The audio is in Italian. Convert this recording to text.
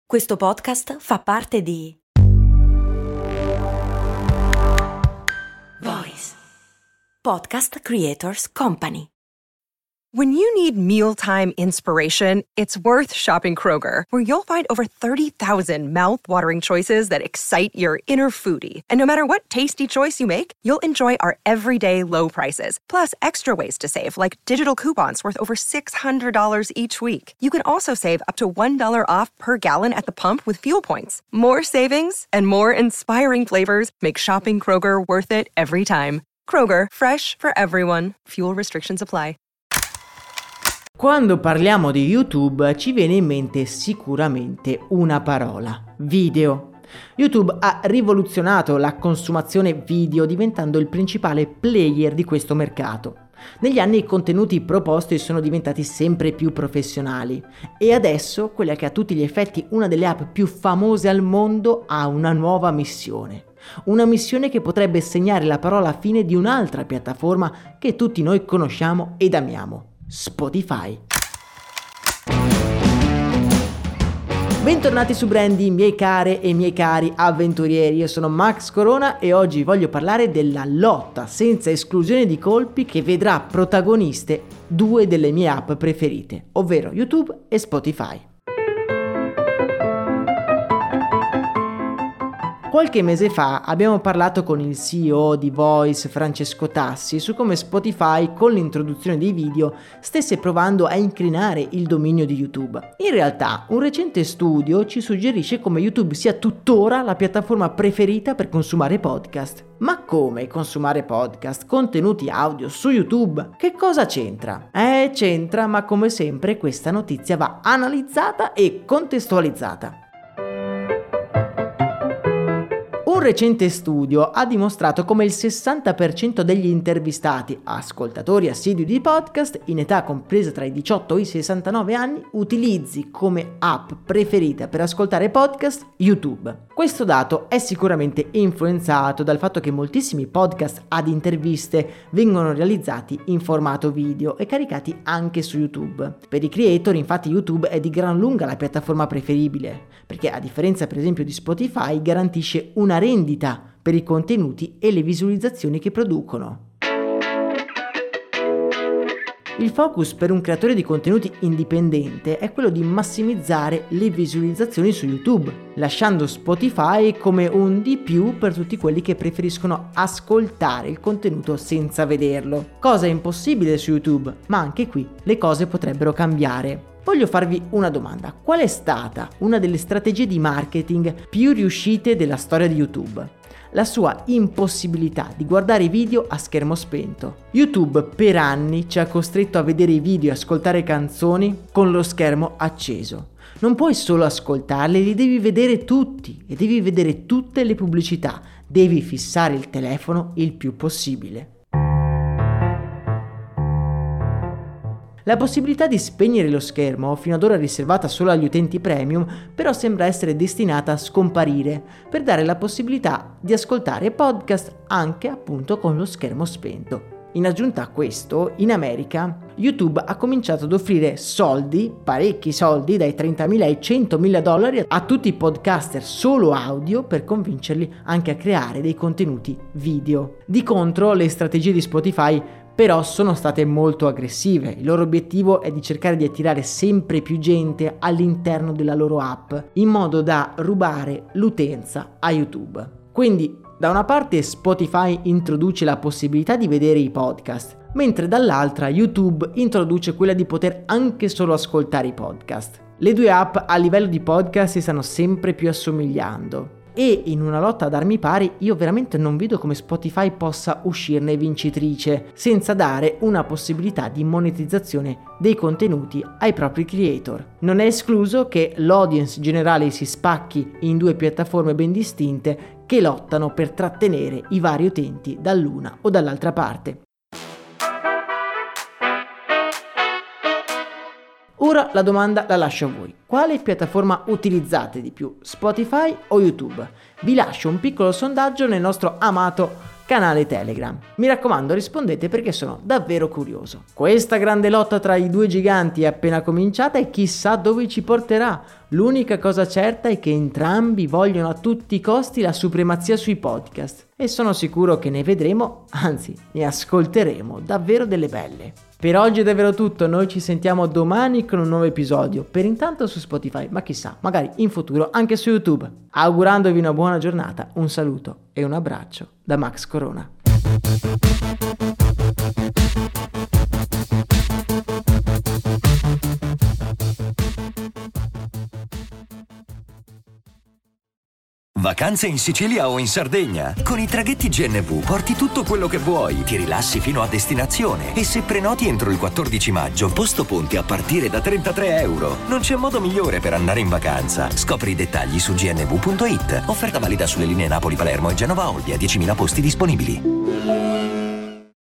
Questo podcast fa parte di Voice Podcast Creators Company. When you need mealtime inspiration, it's worth shopping Kroger, where you'll find over 30,000 mouth-watering choices that excite your inner foodie. And no matter what tasty choice you make, you'll enjoy our everyday low prices, plus extra ways to save, like digital coupons worth over $600 each week. You can also save up to $1 off per gallon at the pump with fuel points. More savings and more inspiring flavors make shopping Kroger worth it every time. Kroger, fresh for everyone. Fuel restrictions apply. Quando parliamo di YouTube ci viene in mente sicuramente una parola: video. YouTube ha rivoluzionato la consumazione video diventando il principale player di questo mercato. Negli anni i contenuti proposti sono diventati sempre più professionali e adesso quella che a tutti gli effetti una delle app più famose al mondo ha una nuova missione. Una missione che potrebbe segnare la parola fine di un'altra piattaforma che tutti noi conosciamo ed amiamo: Spotify. Bentornati su Brandy, miei care e miei cari avventurieri. Io sono Max Corona e oggi voglio parlare della lotta senza esclusione di colpi che vedrà protagoniste due delle mie app preferite, ovvero YouTube e Spotify. Qualche mese fa abbiamo parlato con il CEO di Voice, Francesco Tassi, su come Spotify, con l'introduzione dei video, stesse provando a incrinare il dominio di YouTube. In realtà, un recente studio ci suggerisce come YouTube sia tuttora la piattaforma preferita per consumare podcast. Ma come consumare podcast, contenuti audio su YouTube? Che cosa c'entra? C'entra, ma come sempre questa notizia va analizzata e contestualizzata. Un recente studio ha dimostrato come il 60% degli intervistati, ascoltatori assidui di podcast in età compresa tra i 18 e i 69 anni, utilizzi come app preferita per ascoltare podcast YouTube. Questo dato è sicuramente influenzato dal fatto che moltissimi podcast ad interviste vengono realizzati in formato video e caricati anche su YouTube. Per i creator, infatti, YouTube è di gran lunga la piattaforma preferibile, perché a differenza per esempio di Spotify garantisce una rendita per i contenuti e le visualizzazioni che producono. Il focus per un creatore di contenuti indipendente è quello di massimizzare le visualizzazioni su YouTube, lasciando Spotify come un di più per tutti quelli che preferiscono ascoltare il contenuto senza vederlo. Cosa impossibile su YouTube, ma anche qui le cose potrebbero cambiare. Voglio farvi una domanda: qual è stata una delle strategie di marketing più riuscite della storia di YouTube? La sua impossibilità di guardare i video a schermo spento. YouTube per anni ci ha costretto a vedere i video e ascoltare canzoni con lo schermo acceso. Non puoi solo ascoltarli, li devi vedere tutti e devi vedere tutte le pubblicità. Devi fissare il telefono il più possibile. La possibilità di spegnere lo schermo, fino ad ora riservata solo agli utenti premium, però sembra essere destinata a scomparire, per dare la possibilità di ascoltare podcast anche appunto con lo schermo spento. In aggiunta a questo, in America, YouTube ha cominciato ad offrire soldi, parecchi soldi, dai $30.000 ai $100.000 a tutti i podcaster solo audio per convincerli anche a creare dei contenuti video. Di contro, le strategie di Spotify però sono state molto aggressive. Il loro obiettivo è di cercare di attirare sempre più gente all'interno della loro app, in modo da rubare l'utenza a YouTube. Quindi, da una parte Spotify introduce la possibilità di vedere i podcast, mentre dall'altra YouTube introduce quella di poter anche solo ascoltare i podcast. Le due app a livello di podcast si stanno sempre più assomigliando. E in una lotta ad armi pari io veramente non vedo come Spotify possa uscirne vincitrice senza dare una possibilità di monetizzazione dei contenuti ai propri creator. Non è escluso che l'audience generale si spacchi in due piattaforme ben distinte che lottano per trattenere i vari utenti dall'una o dall'altra parte. Ora la domanda la lascio a voi. Quale piattaforma utilizzate di più? Spotify o YouTube? Vi lascio un piccolo sondaggio nel nostro amato canale Telegram. Mi raccomando, rispondete perché sono davvero curioso. Questa grande lotta tra i due giganti è appena cominciata e chissà dove ci porterà. L'unica cosa certa è che entrambi vogliono a tutti i costi la supremazia sui podcast e sono sicuro che ne vedremo, anzi ne ascolteremo davvero delle belle. Per oggi è davvero tutto, noi ci sentiamo domani con un nuovo episodio, per intanto su Spotify, ma chissà, magari in futuro anche su YouTube. Augurandovi una buona giornata, un saluto e un abbraccio da Max Corona. Vacanze in Sicilia o in Sardegna? Con i traghetti GNV porti tutto quello che vuoi, ti rilassi fino a destinazione e se prenoti entro il 14 maggio, posto ponti a partire da €33. Non c'è modo migliore per andare in vacanza. Scopri i dettagli su gnv.it. Offerta valida sulle linee Napoli-Palermo e Genova-Olbia, 10.000 posti disponibili.